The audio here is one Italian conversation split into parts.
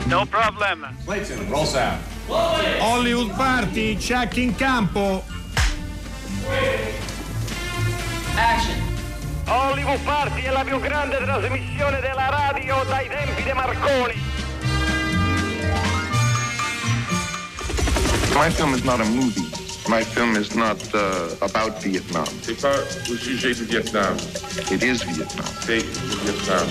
No problem. Clayton, roll sound. Hollywood Party, check in campo. Action. Hollywood Party è la più grande trasmissione della radio dai tempi di Marconi. My film is not a movie. My film is not about Vietnam. C'est pas au sujet du Vietnam. It is Vietnam. C'est le Vietnam.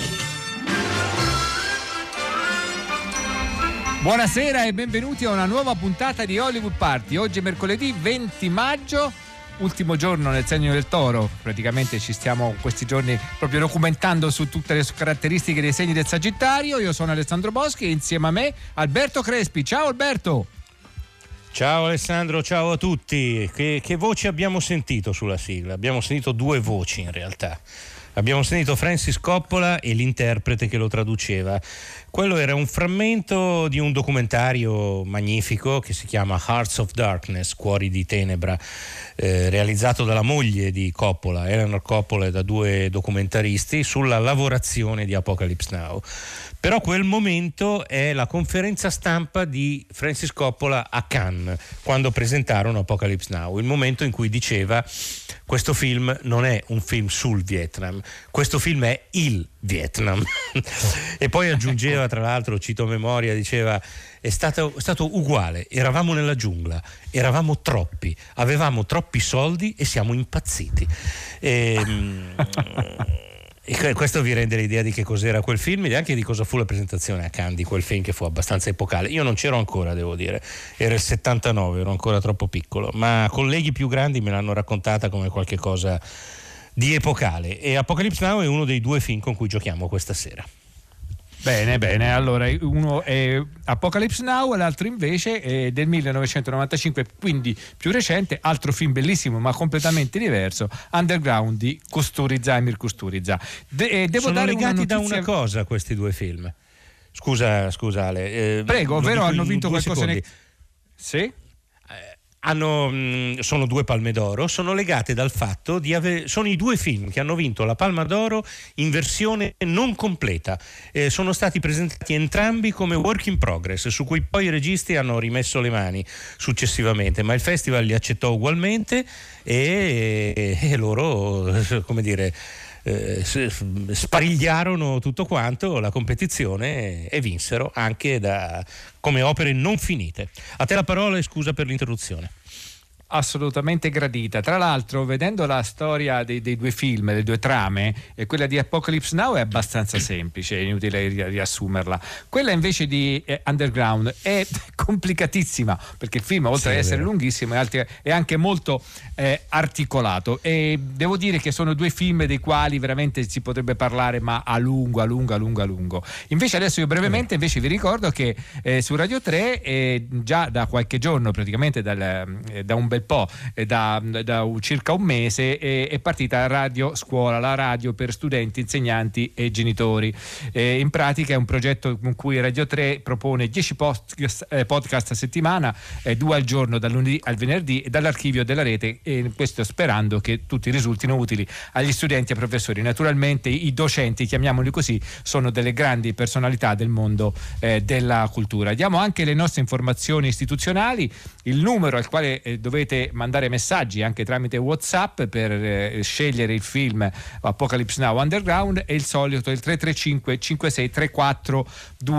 Buonasera e benvenuti a una nuova puntata di Hollywood Party. Oggi è mercoledì 20 maggio, ultimo giorno nel segno del Toro. Praticamente ci stiamo questi giorni proprio documentando su tutte le caratteristiche dei segni del Sagittario. Io sono Alessandro Boschi e insieme a me Alberto Crespi. Ciao Alberto! Ciao Alessandro, ciao a tutti. Che voci abbiamo sentito sulla sigla? Abbiamo sentito due voci in realtà. Abbiamo sentito Francis Coppola e l'interprete che lo traduceva. Quello era un frammento di un documentario magnifico che si chiama Hearts of Darkness, Cuori di Tenebra, realizzato dalla moglie di Coppola, Eleanor Coppola, e da due documentaristi sulla lavorazione di Apocalypse Now. Però quel momento è la conferenza stampa di Francis Coppola a Cannes, quando presentarono Apocalypse Now, il momento in cui diceva: questo film non è un film sul Vietnam, questo film è il Vietnam. E poi aggiungeva, tra l'altro, cito a memoria, diceva: è stato uguale, eravamo nella giungla, eravamo troppi, avevamo troppi soldi e siamo impazziti. E questo vi rende l'idea di che cos'era quel film e anche di cosa fu la presentazione a Cannes di quel film, che fu abbastanza epocale. Io non c'ero ancora, devo dire, era il 79, ero ancora troppo piccolo, ma colleghi più grandi me l'hanno raccontata come qualche cosa di epocale, e Apocalypse Now è uno dei due film con cui giochiamo questa sera. Bene, allora uno è Apocalypse Now e l'altro invece è del 1995, quindi più recente, altro film bellissimo ma completamente diverso, Underground di Kusturica, Emir Kusturica. Devo Sono dare legati una notizia... da una cosa questi due film. Scusa Ale. Prego, ovvero hanno vinto qualcosa Sì? Sono due Palme d'Oro, sono legate dal fatto sono i due film che hanno vinto la Palma d'Oro in versione non completa. Sono stati presentati entrambi come work in progress, su cui poi i registi hanno rimesso le mani successivamente, ma il festival li accettò ugualmente e loro, come dire, sparigliarono tutto quanto, la competizione, e vinsero anche come opere non finite. A te la parola e scusa per l'interruzione. Assolutamente gradita. Tra l'altro, vedendo la storia dei due film, delle due trame, quella di Apocalypse Now è abbastanza semplice, è inutile riassumerla. Quella invece di Underground è complicatissima, perché il film, oltre ad essere lunghissimo, è anche molto articolato, e devo dire che sono due film dei quali veramente si potrebbe parlare ma a lungo. Invece adesso io brevemente vi ricordo che su Radio 3 già da qualche giorno, praticamente da un bel po', da circa un mese, è partita Radio Scuola, la radio per studenti, insegnanti e genitori. In pratica è un progetto con cui Radio 3 propone 10 podcast a settimana, 2 al giorno dal lunedì al venerdì, dall'archivio della rete, e questo sperando che tutti risultino utili agli studenti e ai professori. Naturalmente i docenti, chiamiamoli così, sono delle grandi personalità del mondo della cultura. Diamo anche le nostre informazioni istituzionali, il numero al quale dovete mandare messaggi anche tramite WhatsApp per scegliere il film Apocalypse Now Underground è il solito, il 335 5634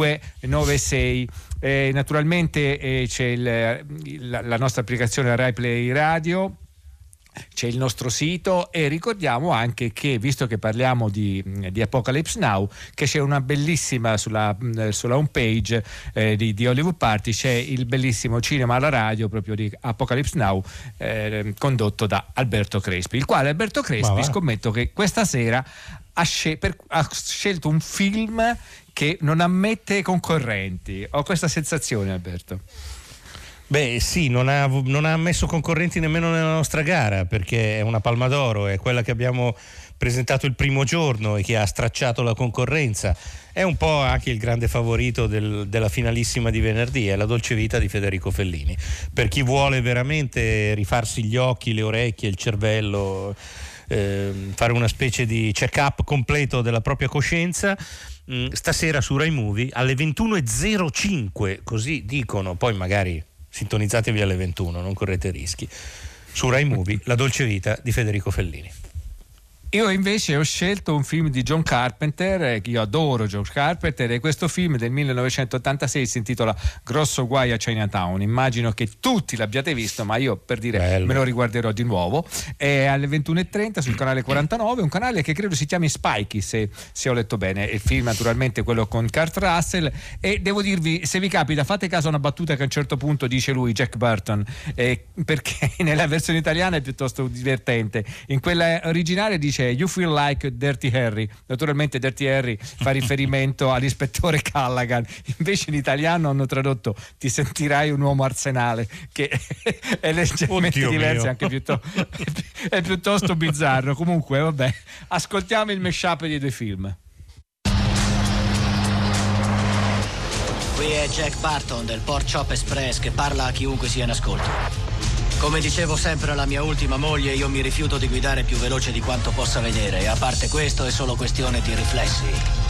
296. Naturalmente c'è la nostra applicazione Rai Play Radio, c'è il nostro sito, e ricordiamo anche che, visto che parliamo di Apocalypse Now, che c'è una bellissima sulla home page di Hollywood Party, c'è il bellissimo cinema alla radio proprio di Apocalypse Now, condotto da Alberto Crespi, il quale Alberto Crespi scommetto che questa sera ha scelto un film che non ammette concorrenti. Ho questa sensazione, Alberto. Beh sì, non ha ammesso concorrenti nemmeno nella nostra gara, perché è una Palma d'Oro, è quella che abbiamo presentato il primo giorno e che ha stracciato la concorrenza. È un po' anche il grande favorito della finalissima di venerdì, è La dolce vita di Federico Fellini. Per chi vuole veramente rifarsi gli occhi, le orecchie, il cervello, fare una specie di check-up completo della propria coscienza, stasera su Rai Movie alle 21.05, così dicono, poi magari sintonizzatevi alle 21, non correte rischi. Su Rai Movie, La dolce vita di Federico Fellini. Io invece ho scelto un film di John Carpenter, che io adoro John Carpenter, e questo film del 1986 si intitola Grosso guai a Chinatown. Immagino che tutti l'abbiate visto, ma io, per dire, bello, me lo riguarderò di nuovo. È alle 21.30 sul canale 49, un canale che credo si chiami Spikey, se ho letto bene. Il film naturalmente quello con Kurt Russell, e devo dirvi, se vi capita, fate caso a una battuta che a un certo punto dice lui, Jack Burton, perché nella versione italiana è piuttosto divertente. In quella originale dice You feel like Dirty Harry. Naturalmente Dirty Harry fa riferimento all'ispettore Callaghan, invece in italiano hanno tradotto Ti sentirai un uomo arsenale, che è leggermente diverso, anche è piuttosto bizzarro. Comunque vabbè, ascoltiamo il mashup dei due film. Qui è Jack Barton del Pork Chop Express che parla a chiunque sia in ascolto. Come dicevo sempre alla mia ultima moglie, io mi rifiuto di guidare più veloce di quanto possa vedere, e a parte questo è solo questione di riflessi.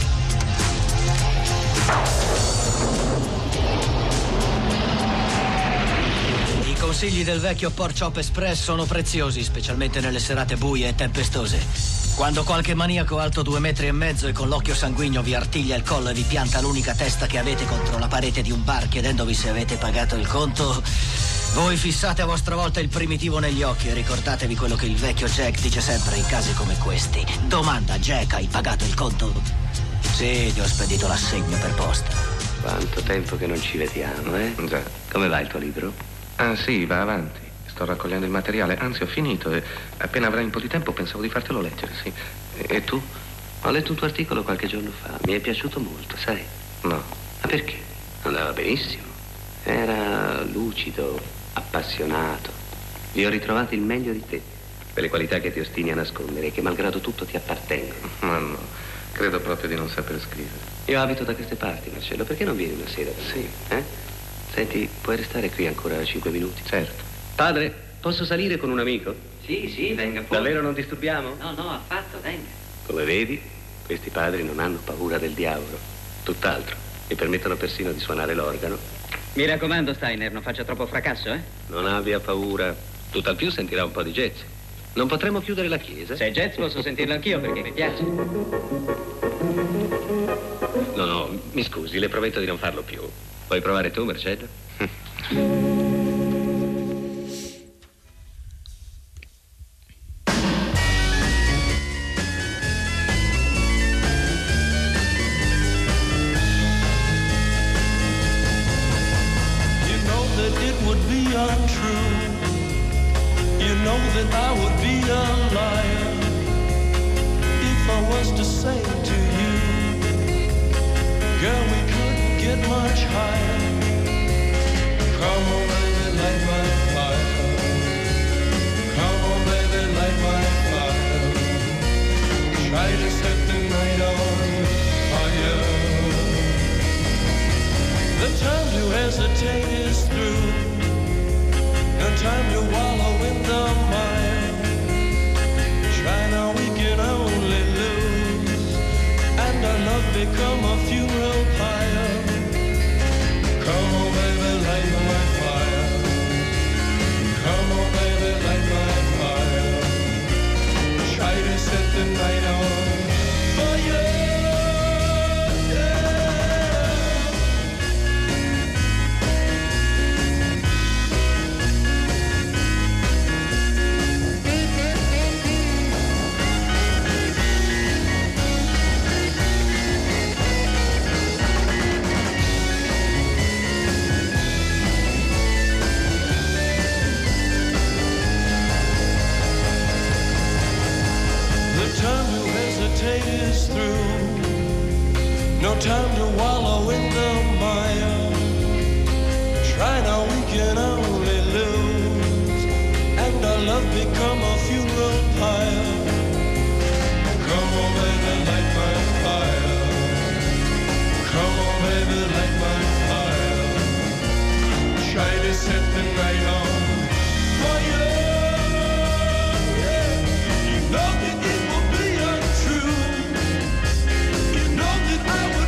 I consigli del vecchio Pork Chop Express sono preziosi, specialmente nelle serate buie e tempestose. Quando qualche maniaco alto 2,5 metri e con l'occhio sanguigno vi artiglia il collo e vi pianta l'unica testa che avete contro la parete di un bar chiedendovi se avete pagato il conto, voi fissate a vostra volta il primitivo negli occhi e ricordatevi quello che il vecchio Jack dice sempre in casi come questi. Domanda: Jack, hai pagato il conto? Sì, ti ho spedito l'assegno per posta. Quanto tempo che non ci vediamo, eh? Già. Come va il tuo libro? Ah sì, va avanti. Sto raccogliendo il materiale, anzi ho finito e appena avrai un po' di tempo pensavo di fartelo leggere, sì. E tu? Ho letto un tuo articolo qualche giorno fa, mi è piaciuto molto, sai? No. Ma perché? Andava benissimo. Era lucido, appassionato. Vi ho ritrovato il meglio di te, quelle qualità che ti ostini a nascondere e che malgrado tutto ti appartengono. Ma no, credo proprio di non saper scrivere. Io abito da queste parti, Marcello, perché non vieni una sera da me? Sì. Senti, puoi restare qui ancora 5 minuti? Certo. Padre, posso salire con un amico? Sì, venga fuori. Davvero non disturbiamo? No, affatto, venga. Come vedi, questi padri non hanno paura del diavolo. Tutt'altro. Mi permettono persino di suonare l'organo. Mi raccomando, Steiner, non faccia troppo fracasso, eh? Non abbia paura. Tutt'al più sentirà un po' di jazz. Non potremmo chiudere la chiesa? Se è jazz posso sentirlo anch'io perché mi piace. No, mi scusi, le prometto di non farlo più. Vuoi provare tu, Marcello? I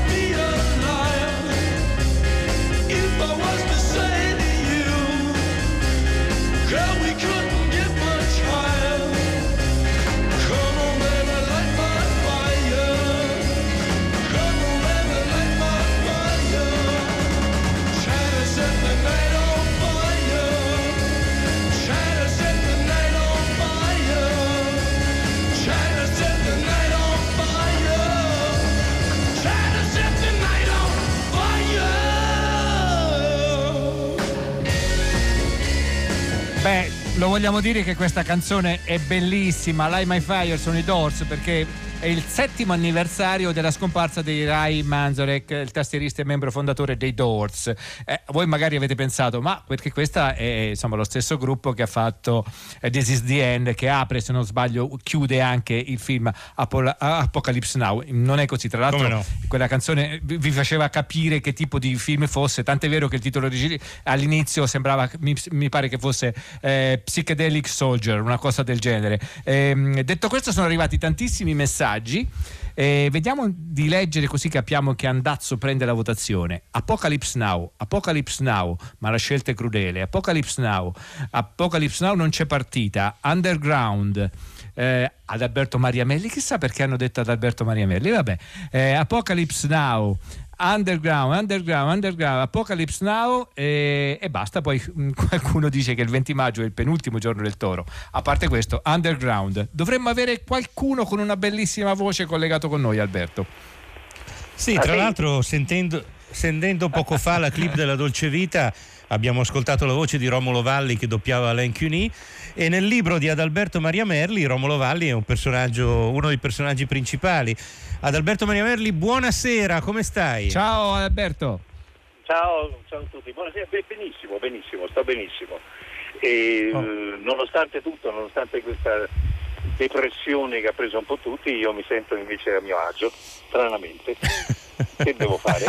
Beh, lo vogliamo dire che questa canzone è bellissima. Light My Fire sono i Doors, perché è il 7° anniversario della scomparsa di Ray Manzarek, il tastierista e membro fondatore dei Doors. Voi magari avete pensato, ma perché questa è insomma lo stesso gruppo che ha fatto This Is The End, che apre, se non sbaglio, chiude anche il film Apocalypse Now. Non è così, tra l'altro no. Quella canzone vi faceva capire che tipo di film fosse, tant'è vero che il titolo all'inizio sembrava, mi pare che fosse Psychedelic Soldier, una cosa del genere. Detto questo, sono arrivati tantissimi messaggi. Vediamo di leggere, così capiamo che andazzo prende la votazione. Apocalypse Now, ma la scelta è crudele. Apocalypse Now non c'è partita. Underground, ad Alberto Mariamelli, chissà perché hanno detto ad Alberto Mariamelli, vabbè. Apocalypse Now, Underground, Apocalypse Now e basta. Poi qualcuno dice che il 20 maggio è il penultimo giorno del Toro. A parte questo, Underground, dovremmo avere qualcuno con una bellissima voce collegato con noi, Alberto. Sì, tra l'altro sentendo poco fa la clip della Dolce Vita abbiamo ascoltato la voce di Romolo Valli che doppiava Alain Cuny, e nel libro di Adalberto Maria Merli Romolo Valli è uno dei personaggi principali. Adalberto Maria Merli, buonasera, come stai? Ciao Alberto. Ciao a tutti, buonasera. Benissimo, sto benissimo. E nonostante tutto, nonostante questa depressione che ha preso un po' tutti, io mi sento invece a mio agio, stranamente. Che devo fare?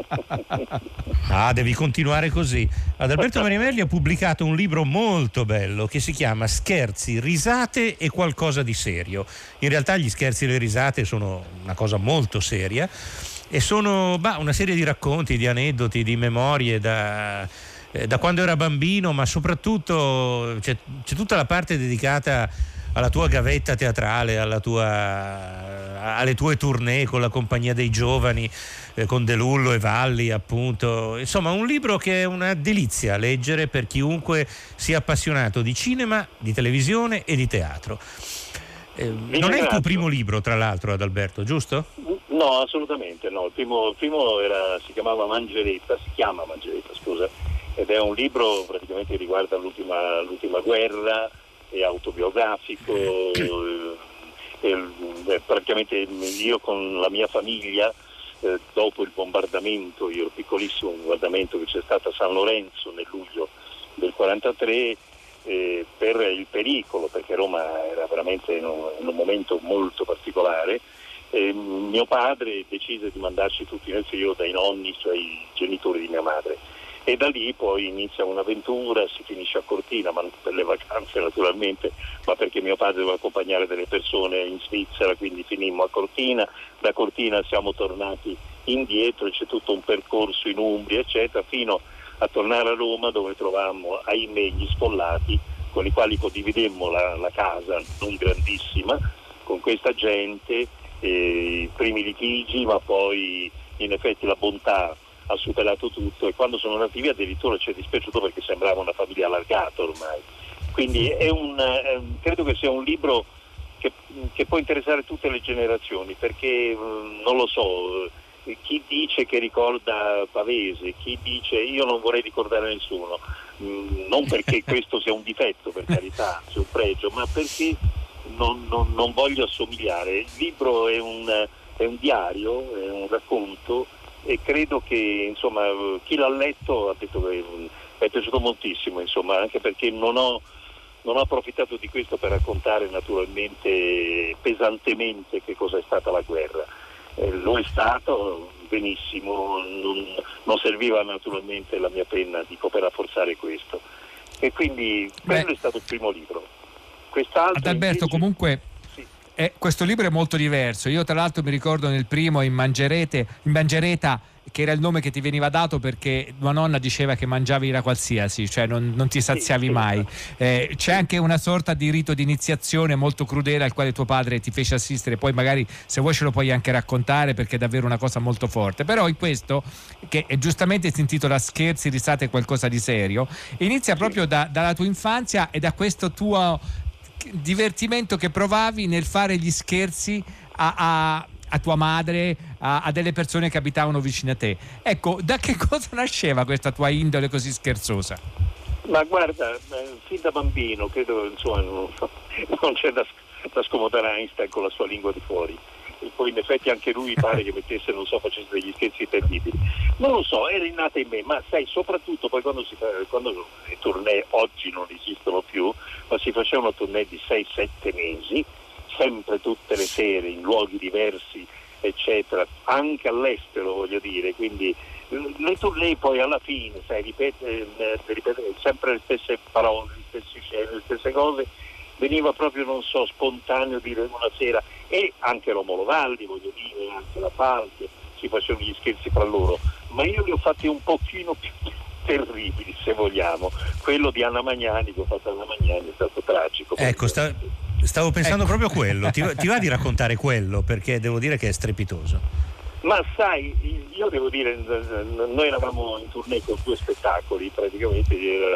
Devi continuare così. Adalberto Mariamelli ha pubblicato un libro molto bello che si chiama Scherzi, risate e qualcosa di serio. In realtà gli scherzi e le risate sono una cosa molto seria e sono una serie di racconti, di aneddoti, di memorie da quando era bambino, ma soprattutto c'è tutta la parte dedicata alla tua gavetta teatrale, alle tue tournée con la Compagnia dei Giovani, con De Lullo e Valli, appunto. Insomma, un libro che è una delizia leggere per chiunque sia appassionato di cinema, di televisione e di teatro. Non è il tuo primo libro, tra l'altro, Adalberto, giusto? No, assolutamente no. Il primo si chiama Mangeretta, scusa, ed è un libro praticamente che riguarda l'ultima guerra, è autobiografico, praticamente io con la mia famiglia, dopo il bombardamento, io ero piccolissimo, un bombardamento che c'è stato a San Lorenzo nel luglio del 43, per il pericolo, perché Roma era veramente in un momento molto particolare, mio padre decise di mandarci tutti nel filo dai nonni, cioè i genitori di mia madre. E da lì poi inizia un'avventura, si finisce a Cortina, ma non per le vacanze naturalmente, ma perché mio padre doveva accompagnare delle persone in Svizzera, quindi finimmo a Cortina. Da Cortina siamo tornati indietro, c'è tutto un percorso in Umbria, eccetera, fino a tornare a Roma, dove trovammo, ahimè, gli sfollati, con i quali condividemmo la casa, non grandissima, con questa gente, i primi litigi, ma poi in effetti la bontà ha superato tutto, e quando sono andati via addirittura ci è dispiaciuto perché sembrava una famiglia allargata ormai. Quindi credo che sia un libro che può interessare tutte le generazioni, perché non lo so, chi dice che ricorda Pavese, chi dice io non vorrei ricordare nessuno, non perché questo sia un difetto, per carità, sia un pregio, ma perché non voglio assomigliare. Il libro è un diario, è un racconto, e credo che insomma chi l'ha letto ha detto che è piaciuto moltissimo, insomma, anche perché non ho approfittato di questo per raccontare naturalmente pesantemente che cosa è stata la guerra. Lo è stato benissimo, non serviva naturalmente la mia penna, dico, per rafforzare questo, e quindi quello è stato il primo libro. Quest'altro Adalberto invece, comunque questo libro è molto diverso. Io tra l'altro mi ricordo nel primo in Mangereta, che era il nome che ti veniva dato perché tua nonna diceva che mangiavi la qualsiasi, cioè non ti saziavi mai. C'è anche una sorta di rito di iniziazione molto crudele al quale tuo padre ti fece assistere, poi magari se vuoi ce lo puoi anche raccontare perché è davvero una cosa molto forte. Però in questo, che giustamente si intitola Scherzi, risate e qualcosa di serio, inizia proprio dalla tua infanzia e da questo tuo divertimento che provavi nel fare gli scherzi a tua madre, a delle persone che abitavano vicino a te. Ecco, da che cosa nasceva questa tua indole così scherzosa? Ma guarda, fin da bambino credo, insomma, non c'è da scomodare Einstein con la sua lingua di fuori. E poi in effetti anche lui pare che mettesse, non so, facesse degli scherzi terribili. Non lo so, era innata in me, ma sai, soprattutto poi quando i tournée oggi non esistono più, ma si facevano tournée di 6-7 mesi, sempre tutte le sere, in luoghi diversi, eccetera, anche all'estero, voglio dire, quindi le tournée poi alla fine, sai, ripete sempre le stesse parole, le stesse scene, le stesse cose, veniva proprio, non so, spontaneo dire una sera, e anche Romolo Valli, voglio dire, anche la Falche, si facevano gli scherzi fra loro, ma io li ho fatti un pochino più terribili, se vogliamo. Quello di Anna Magnani, che ho fatto Anna Magnani, è stato tragico. Ecco, stavo pensando proprio quello, ti va di raccontare quello, perché devo dire che è strepitoso. Ma sai, io devo dire, noi eravamo in tournée con 2 spettacoli, praticamente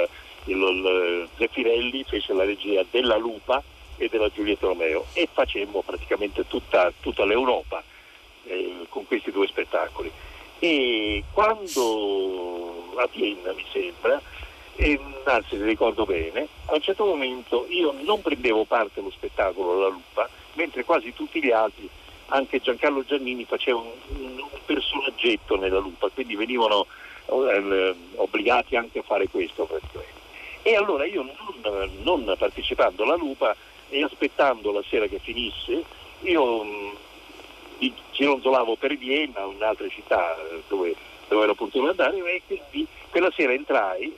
il Zeffirelli fece la regia della Lupa e della Giulietta Romeo, e facemmo praticamente tutta l'Europa con questi 2 spettacoli. E quando a Vienna, mi sembra, anzi se ricordo bene, a un certo momento io non prendevo parte allo spettacolo alla Lupa, mentre quasi tutti gli altri, anche Giancarlo Giannini, faceva un personaggetto nella Lupa, quindi venivano obbligati anche a fare questo praticamente. E allora io non partecipando alla Lupa e aspettando la sera che finisse, io gironzolavo per Vienna o in altre città dove ero opportuno andare, e quindi quella sera entrai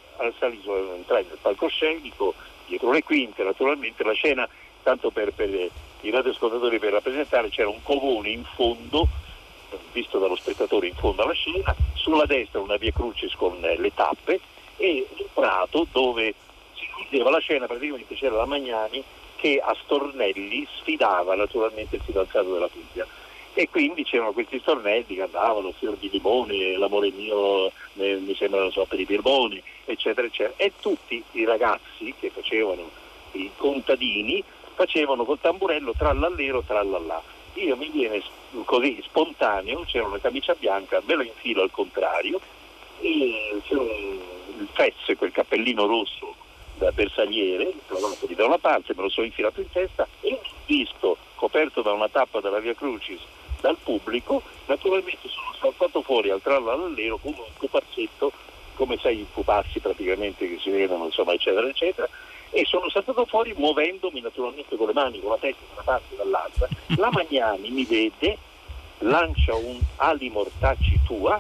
nel palcoscenico, dietro le quinte, naturalmente la scena, tanto per i radioascoltatori, per rappresentare, c'era un covone in fondo, visto dallo spettatore in fondo alla scena, sulla destra una via Crucis con le tappe, e un prato dove si chiudeva la scena, praticamente c'era la Magnani che a stornelli sfidava naturalmente il fidanzato della figlia, e quindi c'erano questi stornelli che andavano, fior di limone, l'amore mio, mi sembra, non so, per i birboni, eccetera eccetera, e tutti i ragazzi che facevano, i contadini, facevano col tamburello trallallero trallallà. Io mi viene così spontaneo, c'era una camicia bianca, me la infilo al contrario, e c'era il fezzo, quel cappellino rosso da bersagliere, trovato da una parte, me lo sono infilato in testa, e visto coperto da una tappa della via Crucis dal pubblico, naturalmente sono saltato fuori al trallallero con un pupazzetto, come sai i pupazzi praticamente che si vedono, insomma, eccetera eccetera, e sono saltato fuori muovendomi naturalmente con le mani, con la testa da una parte e dall'altra. La Magnani mi vede, lancia un ali mortacci tua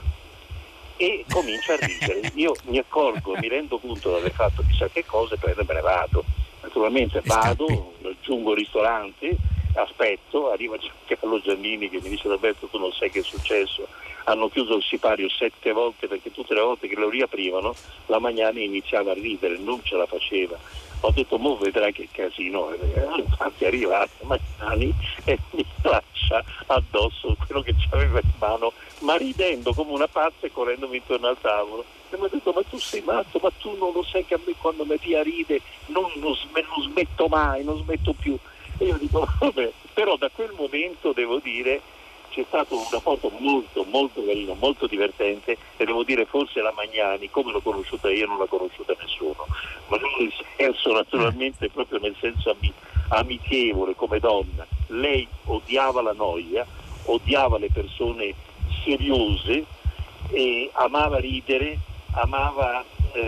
e comincia a ridere. Io mi accorgo, mi rendo conto di aver fatto chissà che cosa, prendo e me ne vado. Naturalmente vado, raggiungo il ristorante, aspetto, arriva Giancarlo Giannini che mi dice: Roberto, tu non sai che è successo, hanno chiuso il sipario 7 volte, perché tutte le volte che lo riaprivano la Magnani iniziava a ridere, non ce la faceva. Ho detto: mo vedrai che casino. Infatti arriva la Magnani e mi lascia addosso quello che c'aveva in mano, ma ridendo come una pazza e correndomi intorno al tavolo. E mi ha detto: ma tu sei matto, ma tu non lo sai che a me quando mi via ride non smetto mai, non smetto più. E io dico: vabbè. Però da quel momento devo dire c'è stato un rapporto molto molto carino, molto divertente, e devo dire forse la Magnani, come l'ho conosciuta io, non l'ha conosciuta nessuno, ma non nel senso, naturalmente, proprio nel senso amichevole come donna. Lei odiava la noia, odiava le persone seriose, e amava ridere, amava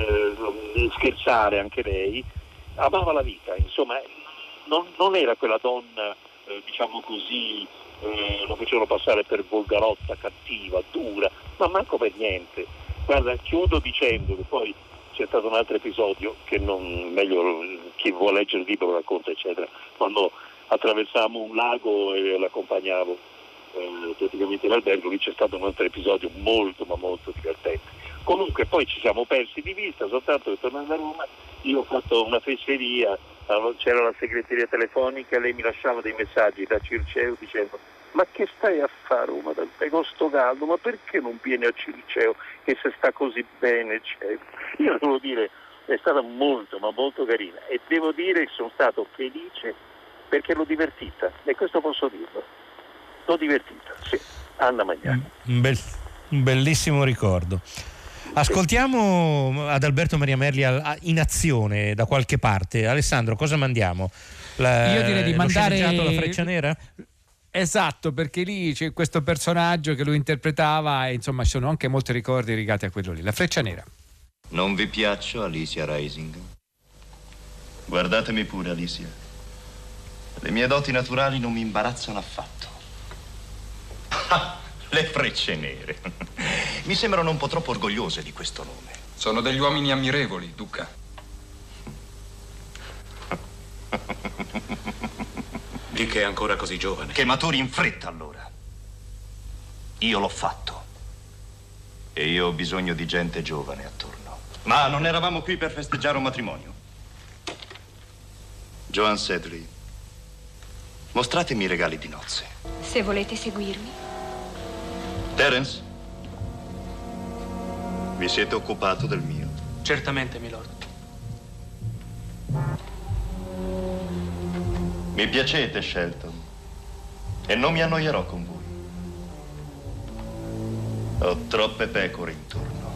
scherzare anche lei, amava la vita, insomma non era quella donna diciamo così, lo facevano passare per volgarotta, cattiva, dura, ma manco per niente. Guarda, chiudo dicendo che poi c'è stato un altro episodio che meglio chi vuole leggere il libro racconta, eccetera, quando attraversammo un lago e l'accompagnavo praticamente in albergo, lì c'è stato un altro episodio molto ma molto divertente. Comunque poi ci siamo persi di vista, soltanto che tornando a Roma io ho fatto una fesseria, c'era la segreteria telefonica, lei mi lasciava dei messaggi da Circeo dicendo: ma che stai a fare a Roma con sto caldo, ma perché non vieni a Circeo che se sta così bene, eccetera. Io devo dire è stata molto ma molto carina, e devo dire che sono stato felice perché l'ho divertita, e questo posso dirlo, l'ho divertita, sì, Anna Magnani. Un bellissimo ricordo. Ascoltiamo Adalberto Maria Merli in azione da qualche parte. Alessandro, cosa mandiamo? Io direi di mandare La Freccia Nera? Esatto, perché lì c'è questo personaggio che lui interpretava e insomma ci sono anche molti ricordi legati a quello lì. La Freccia Nera. Non vi piaccio, Alicia Rising? Guardatemi pure, Alicia. Le mie doti naturali non mi imbarazzano affatto. Le Frecce Nere. Mi sembrano un po' troppo orgogliose di questo nome. Sono degli uomini ammirevoli, Duca. Di che è ancora così giovane. Che maturi in fretta, allora. Io l'ho fatto. E io ho bisogno di gente giovane attorno. Ma non eravamo qui per festeggiare un matrimonio. Joan Sedley, mostratemi i regali di nozze. Se volete seguirmi. Terence, vi siete occupato del mio? Certamente, milord. Mi piacete, Shelton, e non mi annoierò con voi. Ho troppe pecore intorno.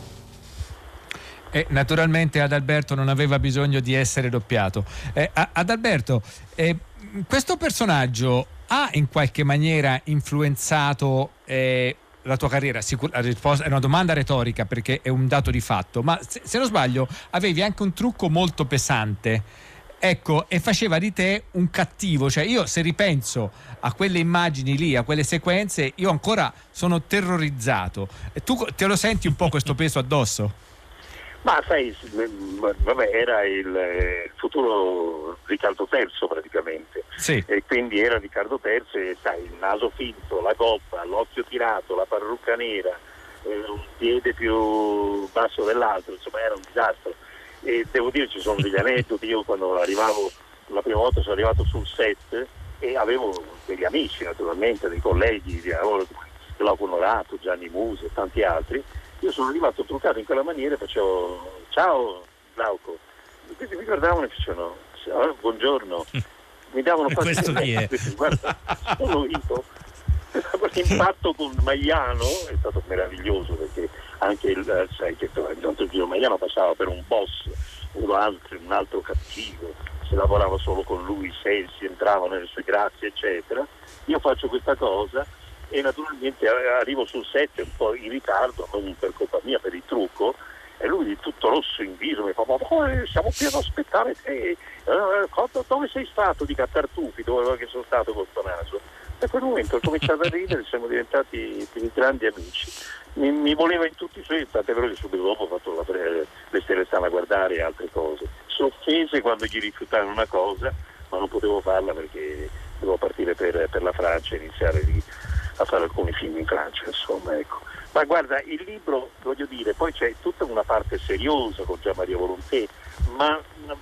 E naturalmente Adalberto non aveva bisogno di essere doppiato. Adalberto, questo personaggio ha in qualche maniera influenzato la tua carriera? La risposta è una domanda retorica perché è un dato di fatto, ma se non sbaglio avevi anche un trucco molto pesante, ecco, e faceva di te un cattivo. Cioè io, se ripenso a quelle immagini lì, a quelle sequenze, io ancora sono terrorizzato. E tu te lo senti un po' questo peso addosso? Ma sai, vabbè, era il futuro Riccardo III praticamente, sì. E quindi era Riccardo III e sai, il naso finto, la gobba, l'occhio tirato, la parrucca nera, un piede più basso dell'altro, insomma era un disastro. E devo dire, ci sono degli aneddoti. Io quando arrivavo, la prima volta sono arrivato sul set e avevo degli amici naturalmente, dei colleghi di lavoro, Glauco Onorato, Gianni Musi e tanti altri. Io sono arrivato truccato in quella maniera e facevo "ciao Glauco", e questi mi guardavano e facevano "buongiorno", mi davano questo chi è? Guarda, sono io. L'impatto con Magliano è stato meraviglioso, perché anche sai che intanto Gino Magliano passava per un boss, un altro cattivo, si lavorava solo con lui, sensi entravano nelle sue grazie eccetera. Io faccio questa cosa e naturalmente arrivo sul set un po' in ritardo, non per colpa mia, per il trucco, e lui tutto rosso in viso mi fa "siamo qui ad aspettare te, dove sei stato?" Dico "a Tartufi, dove che sono stato col tuo naso". Da quel momento ho cominciato a ridere, siamo diventati grandi amici. Mi voleva in tutti i suoi, tant'è vero che subito dopo ho fatto le stelle stanno a guardare e altre cose. Si offese quando gli rifiutarono una cosa, ma non potevo farla perché dovevo partire per la Francia e iniziare lì a fare alcuni film in Francia, insomma, ecco. Ma guarda, il libro, voglio dire, poi c'è tutta una parte seriosa con Gian Maria Volonté, ma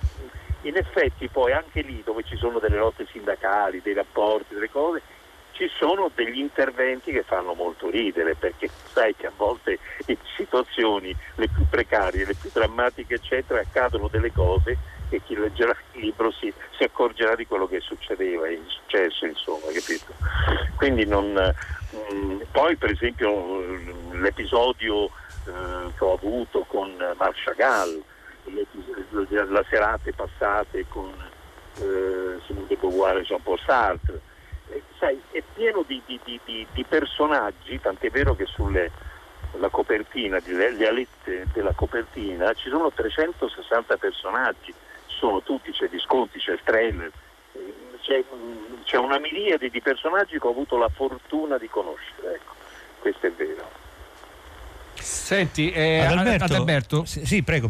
in effetti poi anche lì dove ci sono delle lotte sindacali, dei rapporti, delle cose, ci sono degli interventi che fanno molto ridere, perché sai che a volte in situazioni le più precarie, le più drammatiche eccetera, accadono delle cose e chi leggerà il libro si accorgerà di quello che succedeva, è successo, insomma, capito? Quindi poi per esempio l'episodio che ho avuto con Marc Chagall, le serate passate con Simone de Beauvoir e Jean-Paul Sartre, sai, è pieno di personaggi, tant'è vero che la copertina, le alette della copertina ci sono 360 personaggi, sono tutti, c'è Visconti, c'è Streller, c'è una miriade di personaggi che ho avuto la fortuna di conoscere, ecco, questo è vero. Senti, Adalberto. Sì, prego.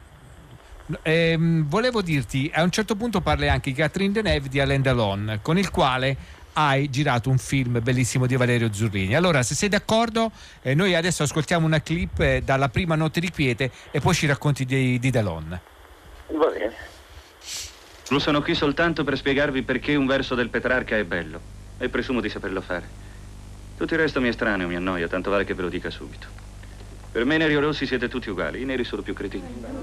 Volevo dirti, a un certo punto parli anche di Catherine Deneuve di Alain Delon, con il quale hai girato un film bellissimo di Valerio Zurlini. Allora, se sei d'accordo, noi adesso ascoltiamo una clip dalla Prima notte di quiete e poi ci racconti di Delon. Va bene. Non sono qui soltanto per spiegarvi perché un verso del Petrarca è bello, e presumo di saperlo fare. Tutto il resto mi è estraneo, mi annoia, tanto vale che ve lo dica subito. Per me neri o rossi siete tutti uguali, i neri sono più cretini.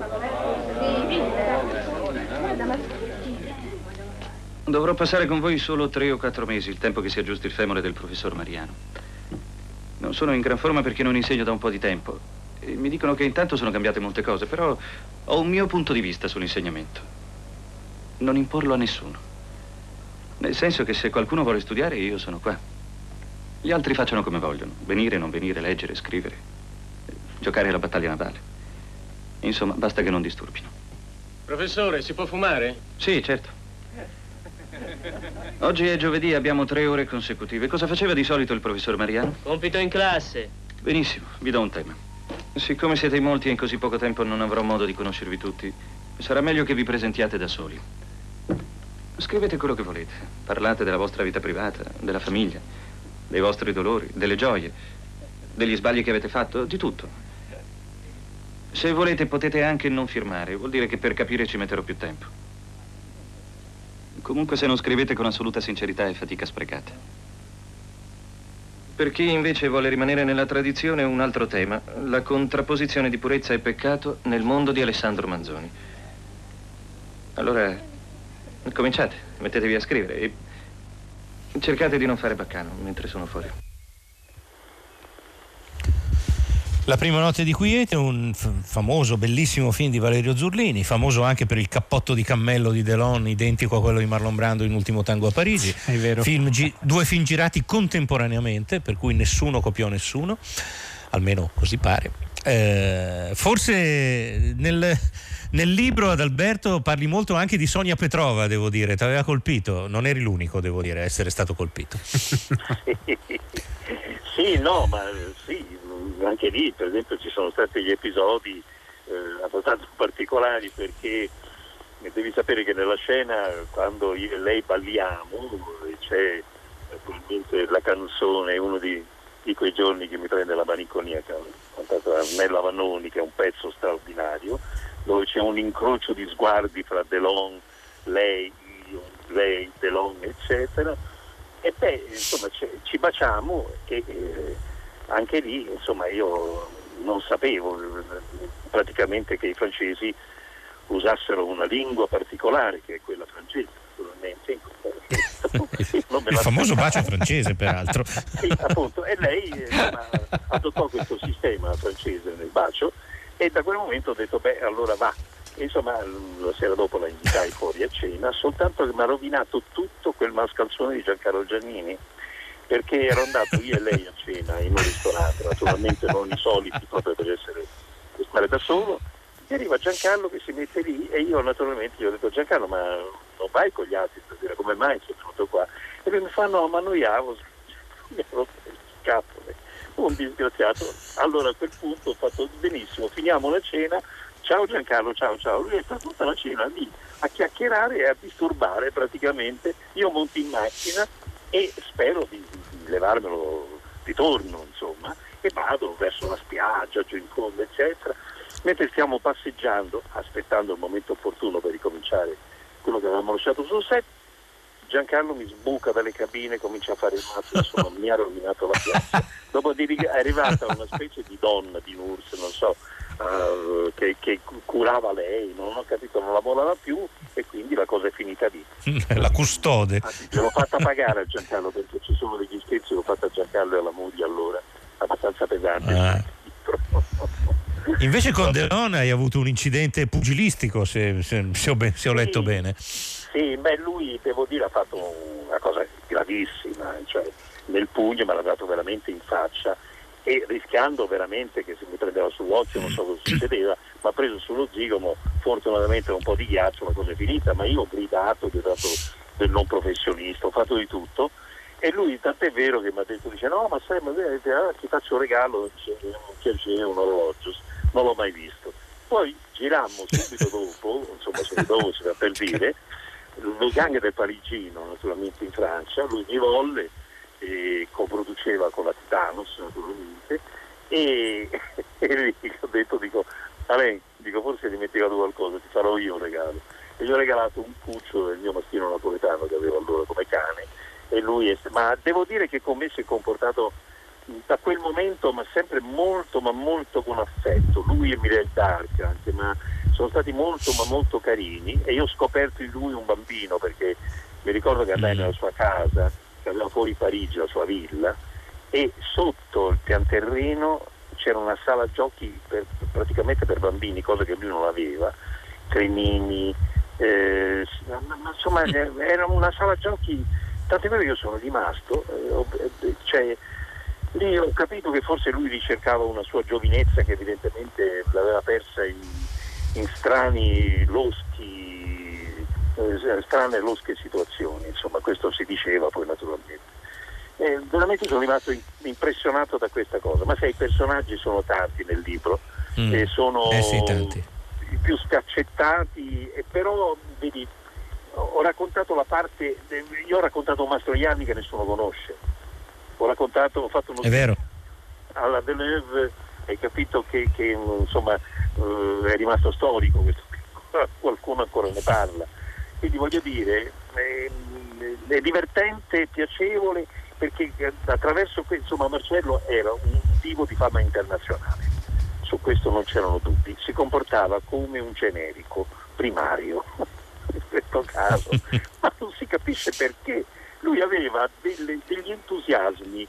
Dovrò passare con voi solo 3 o 4 mesi, il tempo che si aggiusti il femore del professor Mariano. Non sono in gran forma perché non insegno da un po' di tempo Mi dicono che intanto sono cambiate molte cose, però ho un mio punto di vista sull'insegnamento. Non imporlo a nessuno. Nel senso che se qualcuno vuole studiare, io sono qua. Gli altri facciano come vogliono. Venire, non venire, leggere, scrivere. Giocare alla battaglia navale. Insomma, basta che non disturbino. Professore, si può fumare? Sì, certo. Oggi è giovedì, abbiamo 3 ore consecutive. Cosa faceva di solito il professor Mariano? Compito in classe. Benissimo, vi do un tema. Siccome siete in molti e in così poco tempo non avrò modo di conoscervi tutti, sarà meglio che vi presentiate da soli. Scrivete quello che volete. Parlate della vostra vita privata, della famiglia, dei vostri dolori, delle gioie, degli sbagli che avete fatto, di tutto. Se volete potete anche non firmare, vuol dire che per capire ci metterò più tempo. Comunque se non scrivete con assoluta sincerità è fatica sprecata. Per chi invece vuole rimanere nella tradizione, un altro tema, la contrapposizione di purezza e peccato nel mondo di Alessandro Manzoni. Allora, cominciate, mettetevi a scrivere e cercate di non fare baccano mentre sono fuori. La prima notte di quiete, un famoso, bellissimo film di Valerio Zurlini, famoso anche per il cappotto di cammello di Delon, identico a quello di Marlon Brando in Ultimo Tango a Parigi. È vero. Due film girati contemporaneamente, per cui nessuno copiò nessuno, almeno così pare. Forse nel libro, Adalberto, parli molto anche di Sonia Petrova, devo dire, ti aveva colpito, non eri l'unico, devo dire, a essere stato colpito. Sì, no, ma sì, anche lì per esempio ci sono stati degli episodi abbastanza particolari, perché devi sapere che nella scena quando io e lei balliamo c'è naturalmente la canzone, uno di quei giorni che mi prende la malinconia, cantata da Nella Vannoni, che è un pezzo straordinario, dove c'è un incrocio di sguardi fra Delon, lei, io, lei, Delon, eccetera, e beh, insomma ci baciamo e anche lì, insomma, io non sapevo praticamente che i francesi usassero una lingua particolare, che è quella francese, naturalmente. Il famoso bacio francese, peraltro. Sì, appunto, e lei insomma, adottò questo sistema francese nel bacio, e da quel momento ho detto, beh, allora va. E, insomma, la sera dopo la invitai fuori a cena, soltanto che mi ha rovinato tutto quel mascalzone di Giancarlo Giannini, perché ero andato io e lei a cena in un ristorante, naturalmente non i soliti, proprio per stare da solo, e arriva Giancarlo che si mette lì e io naturalmente gli ho detto: Giancarlo, ma non vai con gli altri stasera, come mai sei venuto qua? E lui mi fa: no, ma annoiavo, mi ha rotto le scatole, un disgraziato. Allora a quel punto ho fatto: benissimo, finiamo la cena, ciao Giancarlo, ciao. Lui è stato tutta la cena lì a chiacchierare e a disturbare praticamente. Io monto in macchina e spero di levarmelo di torno, insomma, e vado verso la spiaggia, giù in fondo, eccetera. Mentre stiamo passeggiando, aspettando il momento opportuno per ricominciare quello che avevamo lasciato sul set, Giancarlo mi sbuca dalle cabine, comincia a fare il mazzo, insomma, mi ha rovinato la piazza. Dopo è arrivata una specie di donna, di nurse, non so, che curava lei, non ho capito, non lavorava più, e quindi la cosa è finita lì. La custode. Anzi, l'ho fatta pagare a Giancarlo, perché ci sono degli scherzi, l'ho fatta a Giancarlo e alla moglie allora, abbastanza pesante. Invece con Delon hai avuto un incidente pugilistico, se ho letto bene. Sì, beh, lui, devo dire, ha fatto una cosa gravissima, cioè nel pugno me l'ha dato veramente in faccia, e rischiando veramente che se mi prendeva sull'occhio, non so cosa succedeva, ma ha preso sullo zigomo, fortunatamente un po' di ghiaccio, la cosa è finita, ma io ho gridato, ho dato del non professionista, ho fatto di tutto, e lui tant'è vero che mi ha detto, dice: no, ma sai, ma ti faccio un regalo, c'è un orologio, non l'ho mai visto. Poi girammo subito dopo, insomma subito per dire, nei gang del Parigino, naturalmente in Francia, lui mi volle, e coproduceva con la Titanos naturalmente, e gli ho detto, dico forse hai dimenticato qualcosa, ti farò io un regalo, e gli ho regalato un cucciolo del mio mastino napoletano che avevo allora come cane, e lui ma devo dire che con me si è comportato da quel momento, ma sempre molto con affetto, lui e Mireille Darc anche, ma sono stati molto carini, e io ho scoperto in lui un bambino, perché mi ricordo che andai nella sua casa che aveva fuori Parigi, la sua villa, e sotto il pianterreno c'era una sala giochi praticamente per bambini, cosa che lui non aveva, trenini, ma insomma era una sala giochi, tant'è vero che io sono rimasto, cioè lì ho capito che forse lui ricercava una sua giovinezza che evidentemente l'aveva persa in strane losche situazioni, insomma questo si diceva poi naturalmente. Veramente sono rimasto impressionato da questa cosa, ma sai, i personaggi sono tanti nel libro, sono sì, tanti. I più scaccettati, però vedi, ho raccontato la parte, io ho raccontato Mastroianni che nessuno conosce, ho fatto uno è vero, alla Villeneuve, hai capito che insomma è rimasto storico questo, qualcuno ancora ne parla, quindi voglio dire è divertente, piacevole, perché attraverso questo, insomma, Marcello era un tipo di fama internazionale, su questo non c'erano dubbi, si comportava come un generico primario in questo caso, ma non si capisce perché. Lui aveva degli entusiasmi,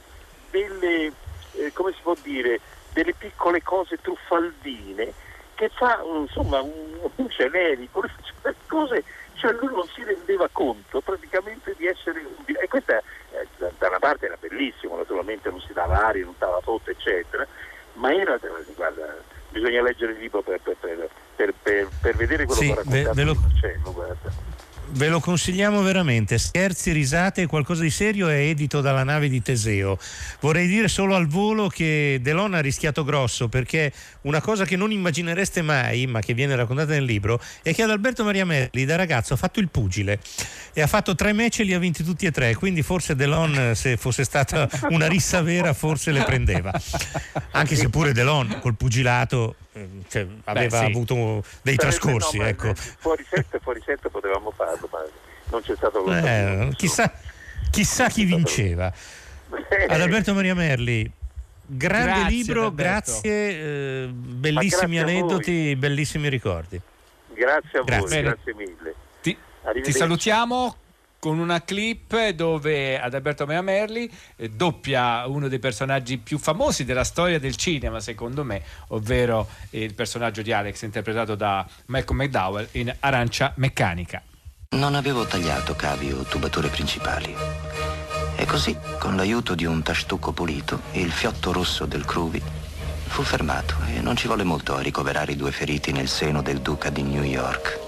come si può dire, delle piccole cose truffaldine che fa insomma un generico, cose, cioè lui non si rendeva conto praticamente di essere e questa da una parte era bellissimo, naturalmente non si dava aria, non dava foto eccetera, ma era, guarda, bisogna leggere il libro per vedere quello che ha raccontato Marcello, guarda. Ve lo consigliamo veramente, scherzi, risate, qualcosa di serio, è edito dalla Nave di Teseo. Vorrei dire solo al volo che Delon ha rischiato grosso, perché una cosa che non immaginereste mai, ma che viene raccontata nel libro, è che ad Alberto Maria Merli da ragazzo ha fatto il pugile e ha fatto 3 match e li ha vinti tutti e 3, quindi forse Delon, se fosse stata una rissa vera, forse le prendeva, anche se pure Delon col pugilato aveva avuto dei trascorsi, ecco. Fuori set potevamo farlo, ma non c'è stato lo chissà chi vinceva. Ad Alberto Maria Merli, grande libro, Alberto. grazie, bellissimi aneddoti, bellissimi ricordi. Grazie a voi, grazie mille. Ti salutiamo con una clip dove Adalberto Maria Merli doppia uno dei personaggi più famosi della storia del cinema, secondo me, ovvero il personaggio di Alex interpretato da Malcolm McDowell in Arancia Meccanica. Non avevo tagliato cavi o tubature principali e così, con l'aiuto di un tastucco pulito, il fiotto rosso del Cruvi fu fermato e non ci volle molto a ricoverare i 2 feriti nel seno del duca di New York.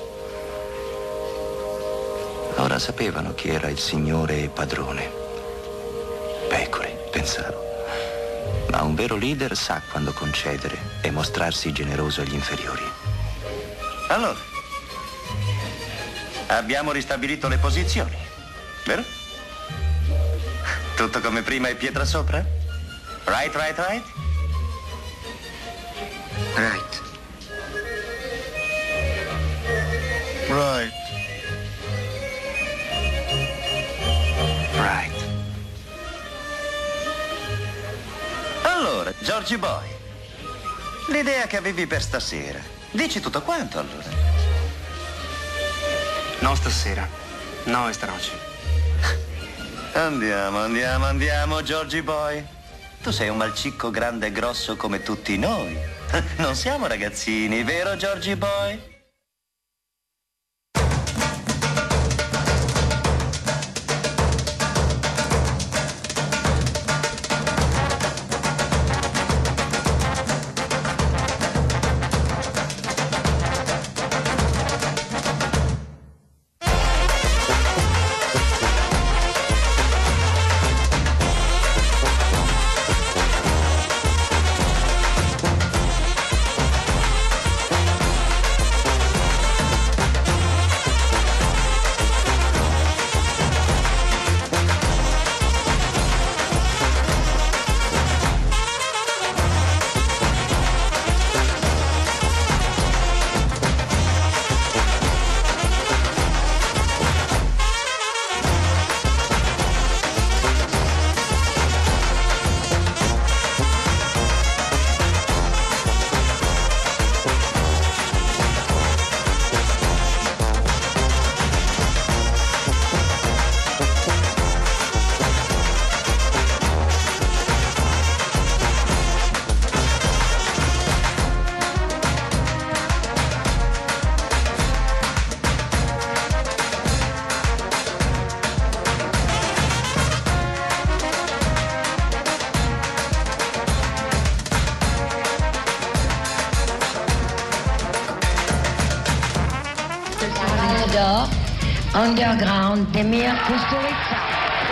Ora sapevano chi era il signore e padrone. Pecore, pensavo. Ma un vero leader sa quando concedere e mostrarsi generoso agli inferiori. Allora, abbiamo ristabilito le posizioni, vero? Tutto come prima e pietra sopra? Right? Right. Allora, Georgie Boy, l'idea che avevi per stasera, dici tutto quanto allora? No stasera, no esta noche. Andiamo, Georgie Boy. Tu sei un malcicco grande e grosso come tutti noi. Non siamo ragazzini, vero Georgie Boy? d'Or, Underground d'Emir Kusturica.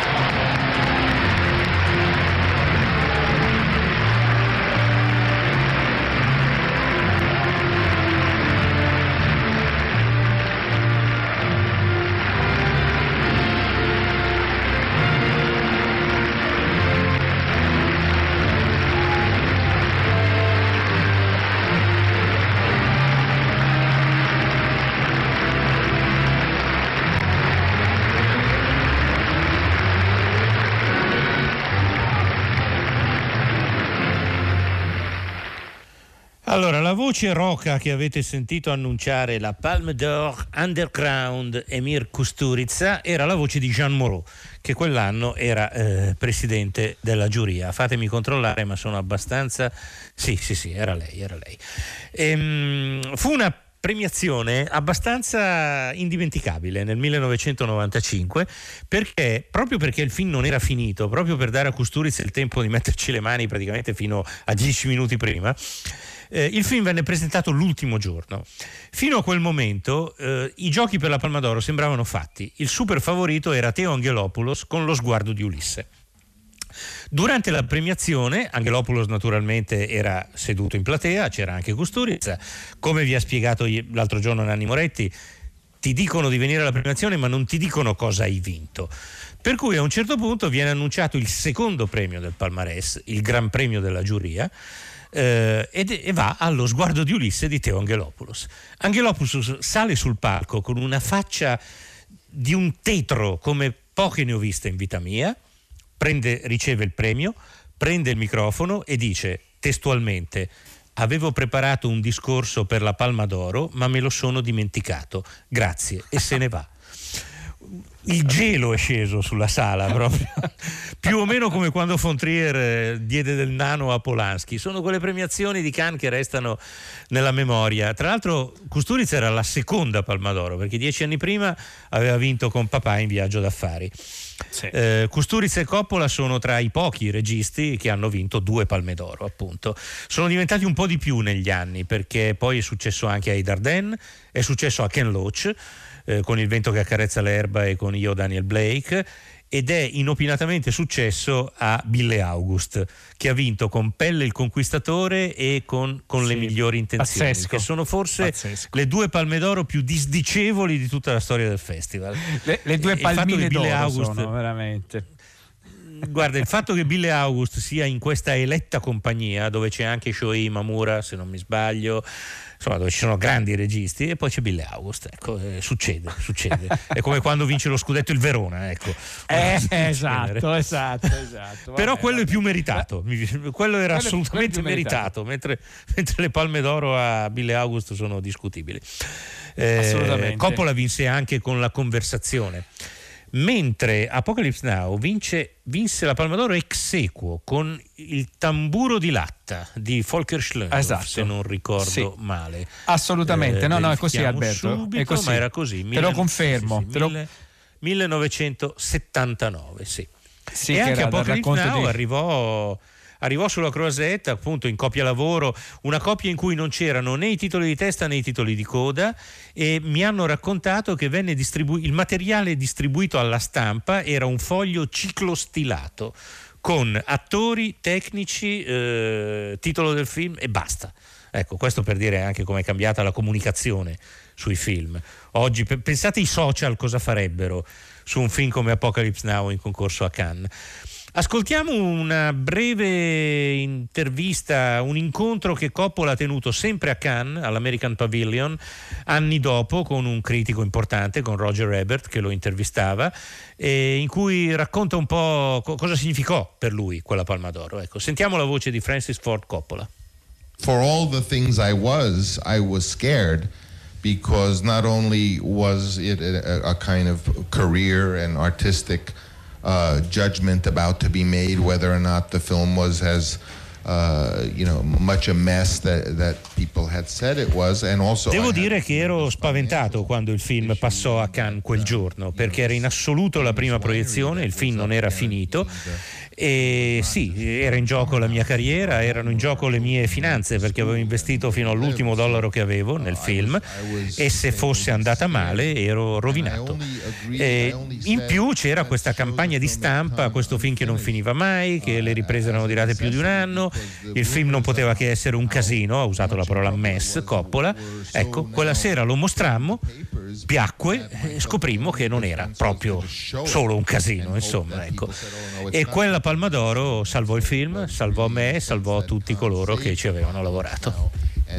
Allora, la voce roca che avete sentito annunciare la Palme d'Or Underground Emir Kusturica era la voce di Jean Moreau, che quell'anno era presidente della giuria. Fatemi controllare, ma sono abbastanza... Sì, era lei. Fu una premiazione abbastanza indimenticabile nel 1995, proprio perché il film non era finito, proprio per dare a Kusturica il tempo di metterci le mani praticamente fino a 10 minuti prima. Il film venne presentato l'ultimo giorno. Fino a quel momento i giochi per la Palma d'Oro sembravano fatti. Il super favorito era Theo Angelopoulos con Lo sguardo di Ulisse. Durante la premiazione Angelopoulos naturalmente era seduto in platea, c'era anche Kusturica. Come vi ha spiegato l'altro giorno Nanni Moretti, ti dicono di venire alla premiazione ma non ti dicono cosa hai vinto. Per cui a un certo punto viene annunciato il secondo premio del palmarès, il Gran Premio della giuria, e va allo sguardo di Ulisse di Theo Angelopoulos. Angelopoulos sale sul palco con una faccia di un tetro come poche ne ho viste in vita mia, riceve il premio, prende il microfono e dice testualmente: avevo preparato un discorso per la Palma d'Oro ma me lo sono dimenticato, grazie, e se ne va. Il gelo è sceso sulla sala proprio, più o meno come quando von Trier diede del nano a Polanski. Sono quelle premiazioni di Cannes che restano nella memoria. Tra l'altro Kusturica era la seconda Palma d'Oro, perché 10 anni prima aveva vinto con Papà in Viaggio d'affari. Sì. Kusturica e Coppola sono tra i pochi registi che hanno vinto 2 Palme d'Oro, appunto. Sono diventati un po' di più negli anni, perché poi è successo anche ai Dardenne, è successo a Ken Loach con Il vento che accarezza l'erba e con Io Daniel Blake, ed è inopinatamente successo a Bille August, che ha vinto con Pelle il Conquistatore e con Le migliori intenzioni, pazzesco, che sono forse le 2 Palme d'Oro più disdicevoli di tutta la storia del festival. Le 2 palmine d'oro August, sono veramente... Guarda, il fatto che Bille August sia in questa eletta compagnia, dove c'è anche Shoei Imamura, se non mi sbaglio, insomma, dove ci sono grandi registi, e poi c'è Bille August, ecco, succede. È come quando vince lo scudetto il Verona, ecco. Esatto. Però quello è più meritato, quello era assolutamente meritato, mentre le Palme d'Oro a Bille August sono discutibili. Assolutamente. Coppola vinse anche con La conversazione, mentre Apocalypse Now vinse la Palma d'Oro ex aequo con Il tamburo di latta di Volker Schlöndorff, se non ricordo male. Assolutamente, no, è così, Alberto, subito, è così. Ma era così. Te lo confermo. 1979, sì. Sì, e anche era Apocalypse Now arrivò sulla Croisette, appunto in coppia lavoro, una coppia in cui non c'erano né i titoli di testa né i titoli di coda, e mi hanno raccontato che venne il materiale distribuito alla stampa era un foglio ciclostilato con attori, tecnici, titolo del film e basta. Ecco, questo per dire anche come è cambiata la comunicazione sui film. Oggi pensate i social cosa farebbero su un film come Apocalypse Now in concorso a Cannes. Ascoltiamo una breve intervista, un incontro che Coppola ha tenuto sempre a Cannes, all'American Pavilion, anni dopo, con un critico importante, con Roger Ebert, che lo intervistava, in cui racconta un po' cosa significò per lui quella Palma d'Oro. Ecco, sentiamo la voce di Francis Ford Coppola. For all the things I was scared, because not only was it a kind of career and artistic judgment about to be made whether or not the film was as much a mess that people had said it was, and also devo dire che ero spaventato quando il film passò a Cannes quel giorno, perché era in assoluto la prima proiezione, il film non era finito E sì, era in gioco la mia carriera, erano in gioco le mie finanze, perché avevo investito fino all'ultimo dollaro che avevo nel film, e se fosse andata male ero rovinato. In più c'era questa campagna di stampa, questo film che non finiva mai, che le riprese erano durate più di un anno, il film non poteva che essere un casino, ha usato la parola mess, Coppola. Ecco, quella sera lo mostrammo, piacque, e scoprimmo che non era proprio solo un casino, insomma, ecco. E quella Palma d'Oro salvò il film, salvò me, salvò tutti coloro che ci avevano lavorato.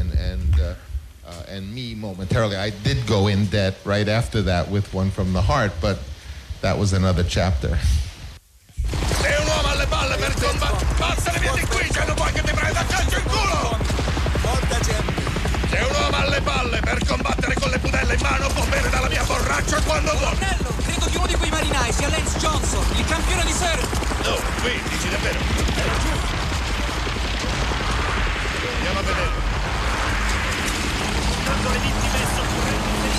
And me momentarily, I did go in debt right after that with One from the Heart, but that was another chapter. Sei un uomo alle balle per combattere. Passane via di qui, se non vuoi che ti prenda a calcio in culo. Sei un uomo alle balle per combattere con le pudelle in mano, può bere dalla mia borraccia quando vuole. Colonnello, credo che uno di quei marinai sia Lance Johnson, il campione di surf. No, qui, dici davvero? Era giù. Andiamo a vedere. Tanto le vittime soccorrenti.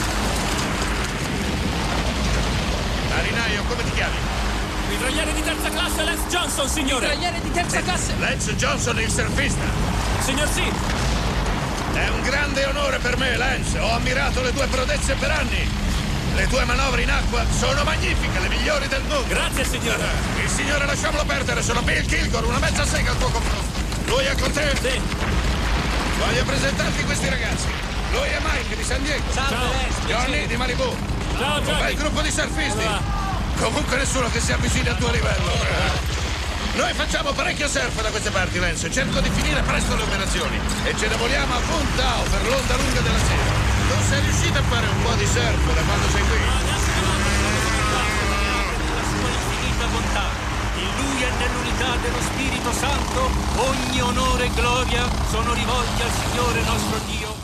Marinaio, come ti chiami? Mitragliere di terza classe, Lance Johnson, signore. Mitragliere di terza classe. Lance Johnson, il surfista. Signor sì. È un grande onore per me, Lance. Ho ammirato le tue prodezze per anni. Le tue manovre in acqua sono magnifiche, le migliori del mondo. Grazie, signore. Il signore, lasciamolo perdere, sono Bill Kilgore, una mezza sega al tuo confronto. Lui è con te? Sì. Voglio presentarti questi ragazzi. Lui è Mike di San Diego. Ciao. Johnny di Malibu. Ciao, Johnny. Un bel gruppo di surfisti. Comunque nessuno che si avvicini al tuo livello. Noi facciamo parecchio surf da queste parti, Lance. Cerco di finire presto le operazioni e ce ne vogliamo a Puntao per l'onda lunga della sera. Non sei riuscito a fare un po' di surf da quando sei qui? La sua infinita bontà. In lui e nell'unità dello Spirito Santo ogni onore e gloria sono rivolti al Signore nostro Dio.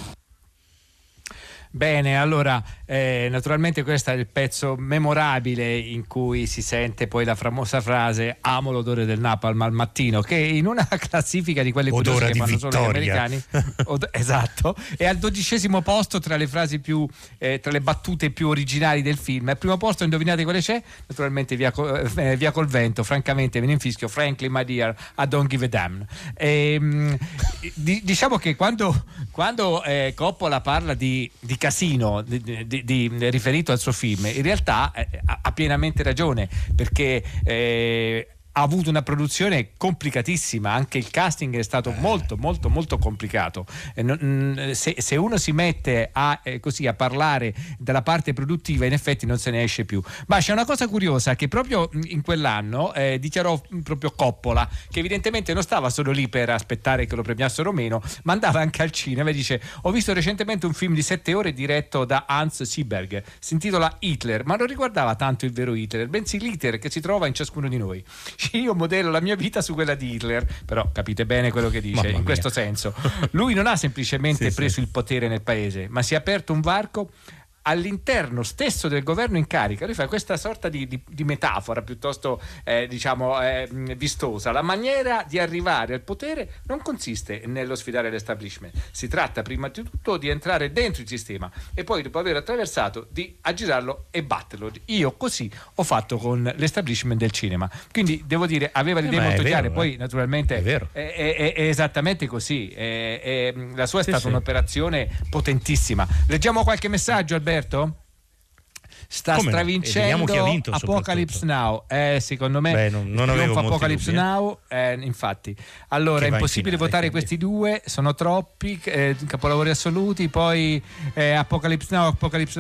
Bene, allora naturalmente questo è il pezzo memorabile in cui si sente poi la famosa frase "amo l'odore del napalm al mattino", che in una classifica di quelle curiose che fanno solo gli americani esatto, è al 12° posto tra le frasi più tra le battute più originali del film. Al primo posto, indovinate quale c'è? Naturalmente via col vento, francamente me ne infischio, frankly my dear, I don't give a damn. Diciamo che quando Coppola parla di casino riferito al suo film, in realtà ha pienamente ragione, perché ha avuto una produzione complicatissima, anche il casting è stato molto molto molto complicato. Se uno si mette a parlare della parte produttiva, in effetti non se ne esce più. Ma c'è una cosa curiosa, che proprio in quell'anno dichiarò proprio Coppola, che evidentemente non stava solo lì per aspettare che lo premiassero o meno, ma andava anche al cinema e dice: ho visto recentemente un film di 7 ore diretto da Hans Seeberg, si intitola Hitler, ma non riguardava tanto il vero Hitler, bensì l'Hitler che si trova in ciascuno di noi. Io modello la mia vita su quella di Hitler, però capite bene quello che dice. In questo senso lui non ha semplicemente preso il potere nel paese, ma si è aperto un varco all'interno stesso del governo in carica. Lui fa questa sorta di metafora piuttosto vistosa. La maniera di arrivare al potere non consiste nello sfidare l'establishment, si tratta prima di tutto di entrare dentro il sistema e poi, dopo aver attraversato, di aggirarlo e batterlo. Io così ho fatto con l'establishment del cinema, quindi devo dire aveva le idee molto chiare. Poi naturalmente è esattamente così, la sua è stata un'operazione potentissima. Leggiamo qualche messaggio, Alberto. Sta stravincendo chi ha vinto, Apocalypse Now. Secondo me non avevo Apocalypse Now, infatti. Allora, è impossibile votare questi due, sono troppi capolavori assoluti. Poi Apocalypse Now,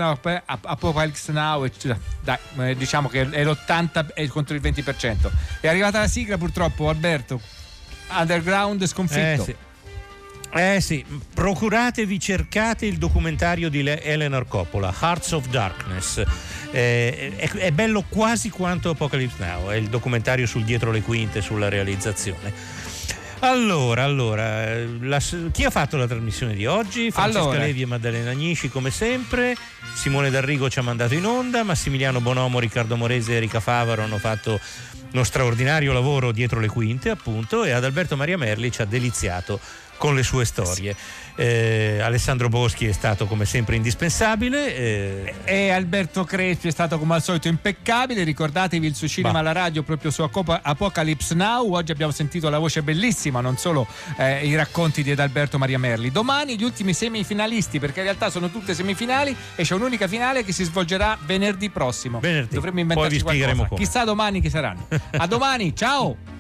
dai, diciamo che è l'80 contro il 20%. È arrivata la sigla, purtroppo, Alberto. Underground sconfitto. Sì, procuratevi, cercate il documentario di Eleanor Coppola, Hearts of Darkness. È bello quasi quanto Apocalypse Now, è il documentario sul dietro le quinte, sulla realizzazione. Allora, chi ha fatto la trasmissione di oggi? Francesca Levi e Maddalena Agnisci, come sempre. Simone D'Arrigo ci ha mandato in onda, Massimiliano Bonomo, Riccardo Morese e Erika Favaro hanno fatto uno straordinario lavoro dietro le quinte, appunto, e ad Alberto Maria Merli ci ha deliziato con le sue storie. Alessandro Boschi è stato come sempre indispensabile, e Alberto Crespi è stato come al solito impeccabile. Ricordatevi il suo cinema alla radio proprio su Apocalypse Now. Oggi abbiamo sentito la voce bellissima, non solo i racconti di Adalberto Maria Merli. Domani gli ultimi semifinalisti, perché in realtà sono tutte semifinali e c'è un'unica finale che si svolgerà venerdì prossimo. Dovremmo inventarci qualcosa. Chissà domani chi saranno. A domani, ciao.